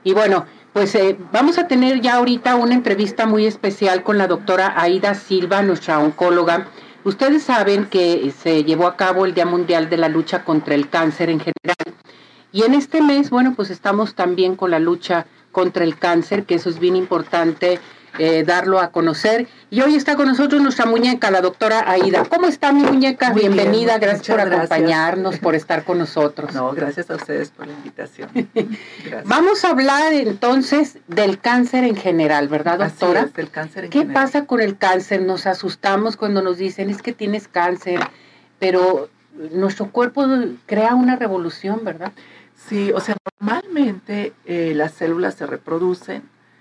Y bueno, pues vamos a tener ya ahorita una entrevista muy especial con la doctora Aida Silva, nuestra oncóloga. Ustedes saben que se llevó a cabo el Día Mundial de la Lucha contra el Cáncer en general. Y en este mes, bueno, pues estamos también con la lucha contra el cáncer, que eso es bien importante darlo a conocer. Y hoy está con nosotros nuestra muñeca, la doctora Aida. ¿Cómo está mi muñeca? Muy bienvenida, bien, gracias por acompañarnos, por estar con nosotros. No, gracias a ustedes por la invitación. Gracias. Vamos a hablar entonces del cáncer en general, ¿verdad, doctora? Así es, del cáncer en ¿Qué general. pasa con el cáncer? Nos asustamos cuando nos dicen, es que tienes cáncer, pero nuestro cuerpo crea una revolución, ¿verdad? Sí, o sea, normalmente las células se reproducen,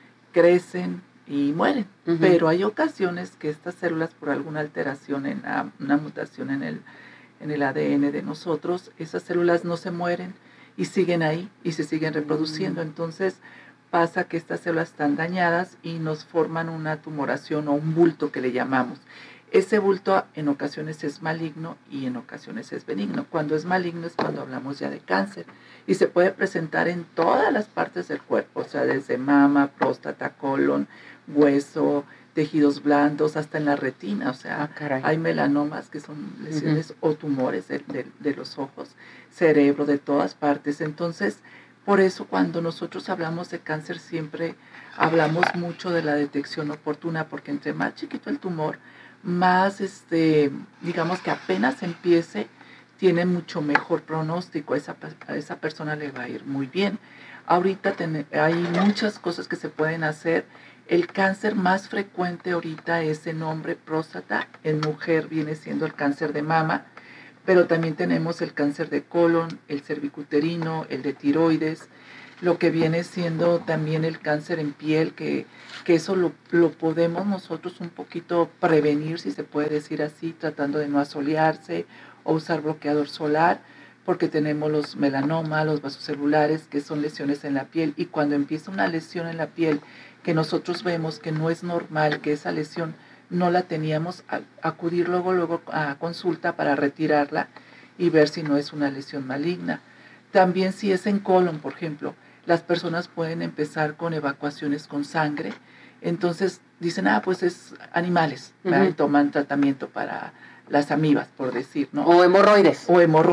crecen y mueren, pero hay ocasiones que estas células, por alguna alteración, una mutación en el ADN de nosotros, esas células no se mueren y siguen ahí y se siguen reproduciendo. Entonces pasa que estas células están dañadas y nos forman una tumoración o un bulto que le llamamos. Ese bulto en ocasiones es maligno y en ocasiones es benigno. Cuando es maligno es cuando hablamos ya de cáncer y se puede presentar en todas las partes del cuerpo, o sea, desde mama, próstata, colon, hueso, tejidos blandos, hasta en la retina. O sea, hay melanomas que son lesiones o tumores de los ojos, cerebro, de todas partes. Entonces, por eso cuando nosotros hablamos de cáncer siempre hablamos mucho de la detección oportuna, porque entre más chiquito el tumor, más, digamos que apenas empiece, tiene mucho mejor pronóstico, a esa persona le va a ir muy bien. Ahorita hay muchas cosas que se pueden hacer. El cáncer más frecuente ahorita es en hombre próstata, en mujer viene siendo el cáncer de mama, pero también tenemos el cáncer de colon, el cervicuterino, el de tiroides, lo que viene siendo también el cáncer en piel, que eso lo podemos nosotros un poquito prevenir, si se puede decir así, tratando de no asolearse o usar bloqueador solar, porque tenemos los melanomas, los vasocelulares, que son lesiones en la piel, y cuando empieza una lesión en la piel que nosotros vemos que no es normal, que esa lesión no la teníamos, acudir luego a consulta para retirarla y ver si no es una lesión maligna. También si es en colon, por ejemplo, las personas pueden empezar con evacuaciones con sangre, entonces dicen, pues es animales, y toman tratamiento para las amibas, por decir, ¿no? O hemorroides.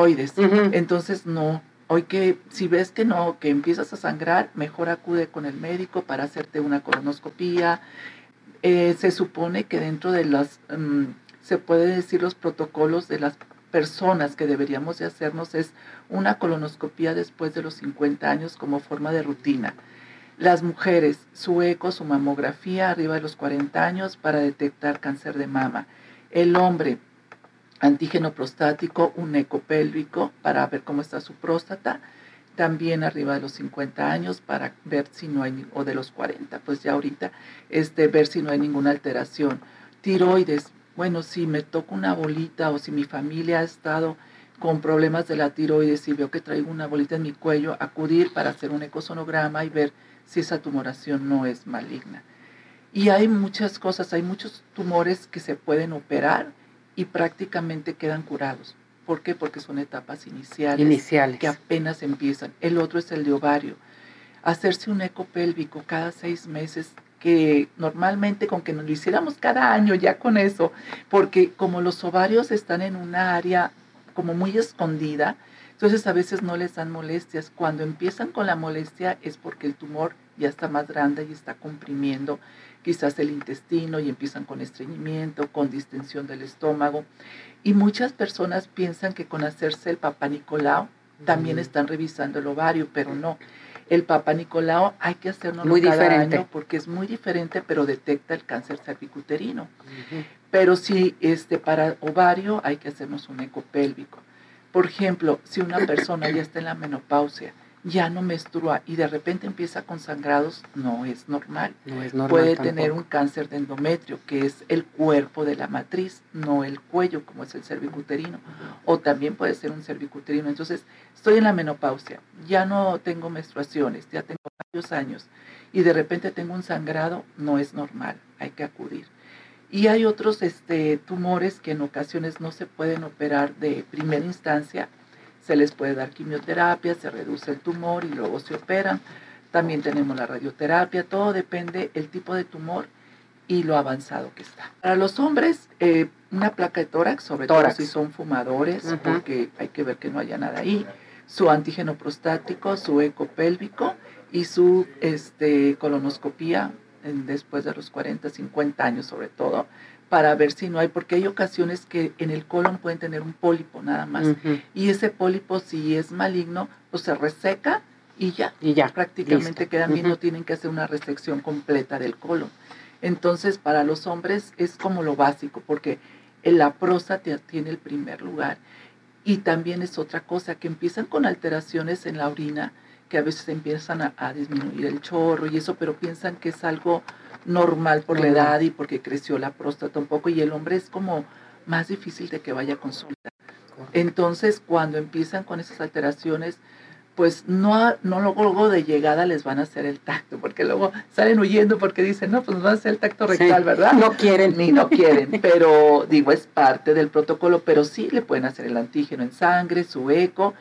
Entonces no, hoy si ves que no, que empiezas a sangrar, mejor acude con el médico para hacerte una colonoscopía. Se supone que dentro de se puede decir los protocolos de las personas que deberíamos de hacernos es una colonoscopía después de los 50 años como forma de rutina. Las mujeres, su eco, su mamografía arriba de los 40 años para detectar cáncer de mama. El hombre, antígeno prostático, un eco pélvico para ver cómo está su próstata. También arriba de los 50 años para ver si no hay, o de los 40, pues ya ahorita, ver si no hay ninguna alteración. Tiroides, bueno, si me toco una bolita o si mi familia ha estado con problemas de la tiroides y veo que traigo una bolita en mi cuello, acudir para hacer un ecosonograma y ver si esa tumoración no es maligna. Y hay muchas cosas, hay muchos tumores que se pueden operar y prácticamente quedan curados. ¿Por qué? Porque son etapas iniciales que apenas empiezan. El otro es el de ovario. Hacerse un eco pélvico cada 6 meses, que normalmente con que nos lo hiciéramos cada año ya con eso, porque como los ovarios están en una área como muy escondida, entonces a veces no les dan molestias. Cuando empiezan con la molestia es porque el tumor ya está más grande y está comprimiendo quizás el intestino y empiezan con estreñimiento, con distensión del estómago. Y muchas personas piensan que con hacerse el Papá Nicolau también están revisando el ovario, pero no. El Papá Nicolau hay que hacerlo cada año porque es muy diferente, pero detecta el cáncer cervicuterino. Pero si para ovario hay que hacernos un eco pélvico. Por ejemplo, si una persona ya está en la menopausia, ya no menstrua y de repente empieza con sangrados, no es normal. Puede tener un cáncer de endometrio, que es el cuerpo de la matriz, no el cuello, como es el cervicuterino. O también puede ser un cervicuterino. Entonces, estoy en la menopausia, ya no tengo menstruaciones, ya tengo varios años, y de repente tengo un sangrado, no es normal, hay que acudir. Y hay otros tumores que en ocasiones no se pueden operar de primera instancia. Se les puede dar quimioterapia, se reduce el tumor y luego se operan. También tenemos la radioterapia, todo depende el tipo de tumor y lo avanzado que está. Para los hombres, una placa de tórax, sobre todo si son fumadores, porque hay que ver que no haya nada ahí, su antígeno prostático, su eco pélvico y su colonoscopía después de los 40, 50 años sobre todo, para ver si no hay, porque hay ocasiones que en el colon pueden tener un pólipo nada más, y ese pólipo si es maligno, pues se reseca y ya prácticamente listo. Quedan bien, no tienen que hacer una resección completa del colon. Entonces, para los hombres es como lo básico, porque la próstata tiene el primer lugar. Y también es otra cosa, que empiezan con alteraciones en la orina, que a veces empiezan a disminuir el chorro y eso, pero piensan que es algo normal por la edad y porque creció la próstata un poco, y el hombre es como más difícil de que vaya a consulta. Entonces, cuando empiezan con esas alteraciones, pues no luego de llegada les van a hacer el tacto, porque luego salen huyendo porque dicen, no, pues nos van a hacer el tacto rectal, ¿verdad? No quieren. Ni no quieren, pero digo, es parte del protocolo, pero sí le pueden hacer el antígeno en sangre, su eco,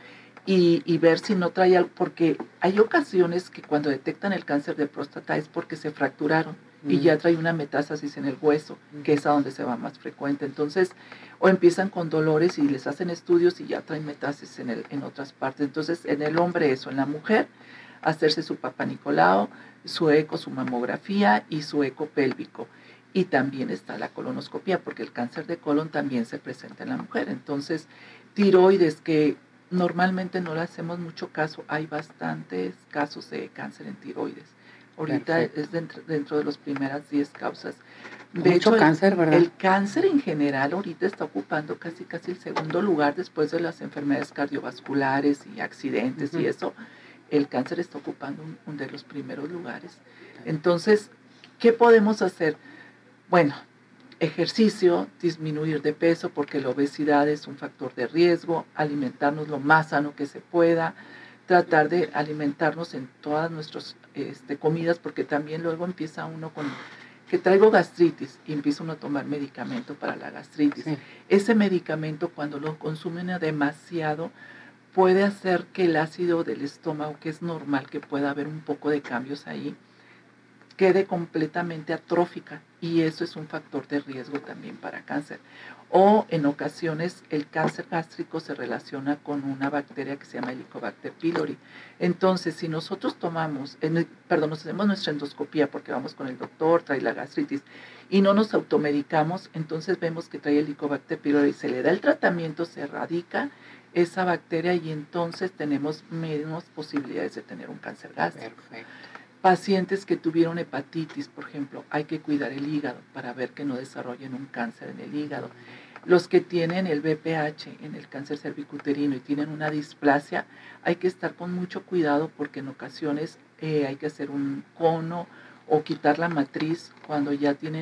y ver si no trae algo, porque hay ocasiones que cuando detectan el cáncer de próstata es porque se fracturaron y ya trae una metástasis en el hueso, que es a donde se va más frecuente. Entonces, o empiezan con dolores y les hacen estudios y ya traen metástasis en otras partes. Entonces, en el hombre eso, en la mujer, hacerse su Papá Nicolau, su eco, su mamografía y su eco pélvico. Y también está la colonoscopía, porque el cáncer de colon también se presenta en la mujer. Entonces, tiroides, que normalmente no le hacemos mucho caso, hay bastantes casos de cáncer en tiroides. Ahorita perfecto. Es dentro de las primeras 10 causas. De mucho hecho, cáncer, ¿verdad? El cáncer en general ahorita está ocupando casi el segundo lugar después de las enfermedades cardiovasculares y accidentes y eso. El cáncer está ocupando un de los primeros lugares. Entonces, ¿qué podemos hacer? Bueno, ejercicio, disminuir de peso porque la obesidad es un factor de riesgo, alimentarnos lo más sano que se pueda, tratar de alimentarnos en todas nuestras comidas, porque también luego empieza uno con que traigo gastritis y empieza uno a tomar medicamento para la gastritis. Sí. Ese medicamento, cuando lo consumen demasiado, puede hacer que el ácido del estómago, que es normal que pueda haber un poco de cambios ahí, quede completamente atrófica, y eso es un factor de riesgo también para cáncer. O en ocasiones el cáncer gástrico se relaciona con una bacteria que se llama Helicobacter pylori. Entonces, si nosotros nos hacemos nuestra endoscopía porque vamos con el doctor, trae la gastritis, y no nos automedicamos, entonces vemos que trae Helicobacter pylori, se le da el tratamiento, se erradica esa bacteria y entonces tenemos menos posibilidades de tener un cáncer gástrico. Perfecto. Pacientes que tuvieron hepatitis, por ejemplo, hay que cuidar el hígado para ver que no desarrollen un cáncer en el hígado. Los que tienen el BPH en el cáncer cervicuterino y tienen una displasia, hay que estar con mucho cuidado porque en ocasiones hay que hacer un cono o quitar la matriz cuando ya tienen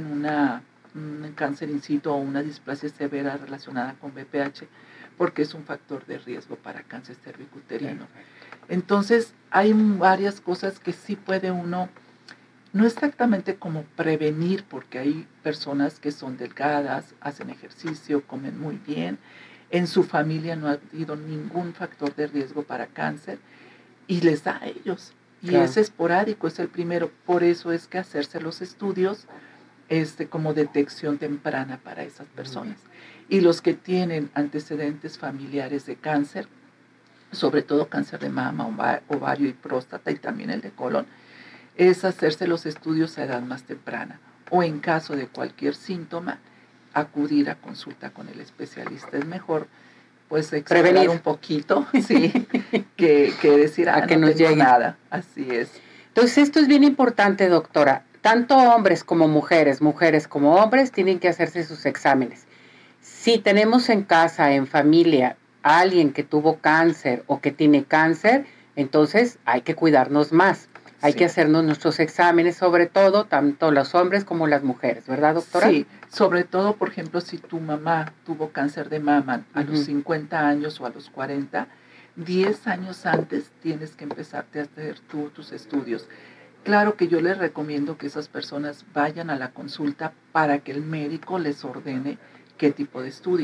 un cáncer in situ o una displasia severa relacionada con BPH, porque es un factor de riesgo para cáncer cervicuterino. Entonces, hay varias cosas que sí puede uno, no exactamente como prevenir, porque hay personas que son delgadas, hacen ejercicio, comen muy bien, en su familia no ha habido ningún factor de riesgo para cáncer y les da a ellos. Y claro, es esporádico, es el primero. Por eso es que hacerse los estudios como detección temprana para esas personas. Y los que tienen antecedentes familiares de cáncer, sobre todo cáncer de mama, ovario y próstata, y también el de colon, es hacerse los estudios a edad más temprana. O en caso de cualquier síntoma, acudir a consulta con el especialista. Es mejor, pues, prevenir un poquito, sí, que decir, que no tengo nada. Así es. Entonces, esto es bien importante, doctora. Tanto hombres como mujeres como hombres, tienen que hacerse sus exámenes. Si tenemos en casa, en familia, a alguien que tuvo cáncer o que tiene cáncer, entonces hay que cuidarnos más. Hay que hacernos nuestros exámenes, sobre todo, tanto los hombres como las mujeres, ¿verdad, doctora? Sí, sobre todo, por ejemplo, si tu mamá tuvo cáncer de mama a los 50 años o a los 40, 10 años antes tienes que empezarte a hacer tus estudios. Claro que yo les recomiendo que esas personas vayan a la consulta para que el médico les ordene qué tipo de estudio.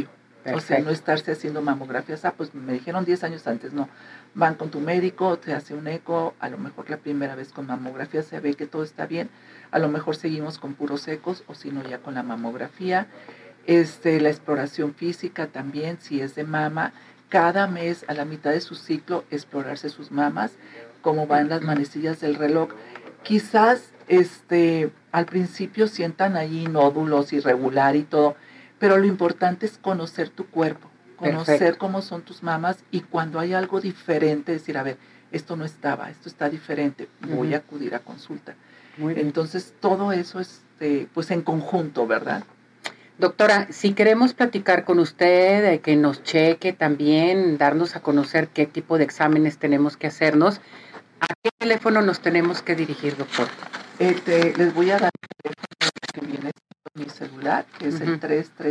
O sea, no estarse haciendo mamografías. Pues me dijeron 10 años antes, no. Van con tu médico, te hace un eco, a lo mejor la primera vez con mamografía se ve que todo está bien, a lo mejor seguimos con puros ecos o si no ya con la mamografía. La exploración física también, si es de mama, cada mes a la mitad de su ciclo explorarse sus mamas, cómo van las manecillas del reloj. Quizás al principio sientan ahí nódulos irregular y todo, pero lo importante es conocer tu cuerpo, conocer cómo son tus mamas y cuando hay algo diferente, decir, a ver, esto no estaba, esto está diferente, voy a acudir a consulta. Entonces, todo eso pues en conjunto, ¿verdad? Doctora, si queremos platicar con usted, que nos cheque también, darnos a conocer qué tipo de exámenes tenemos que hacernos, ¿a qué teléfono nos tenemos que dirigir, doctor? Les voy a dar el teléfono que viene en mi celular, que es el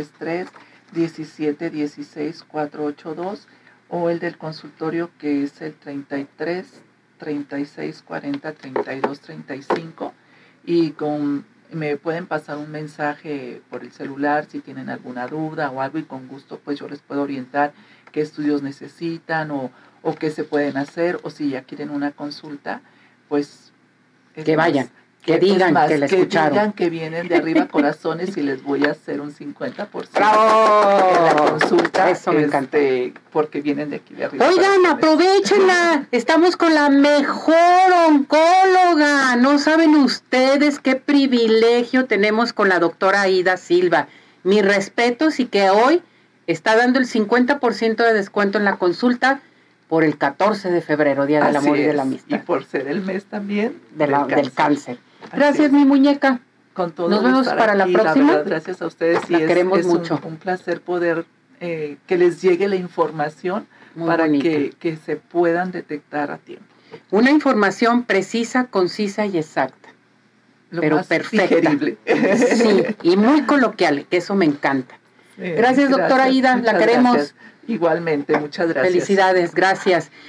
333-1716-482, o el del consultorio, que es el 33-3640-3235, y me pueden pasar un mensaje por el celular si tienen alguna duda o algo, y con gusto pues yo les puedo orientar qué estudios necesitan o qué se pueden hacer, o si ya quieren una consulta, pues que vayan, que digan que la escucharon. Que digan que vienen de Arriba Corazones y les voy a hacer un 50% ¡bravo! en la consulta. Eso me encanta. Porque vienen de aquí de Arriba Oigan, Corazones. aprovechenla. Estamos con la mejor oncóloga. No saben ustedes qué privilegio tenemos con la doctora Aida Silva. Mis respetos, y que hoy está dando el 50% de descuento en la consulta por el 14 de febrero, Día del Amor y de la Amistad. Y por ser el mes también del cáncer. Gracias, mi muñeca. Con todo. Nos vemos para la próxima. La verdad, gracias a ustedes. La queremos mucho. Un placer poder que les llegue la información para que se puedan detectar a tiempo. Una información precisa, concisa y exacta. Pero más perfecta. Digerible. Sí, y muy coloquial, que eso me encanta. Gracias, doctora Aida, la queremos. Gracias. Igualmente, muchas gracias. Felicidades, gracias.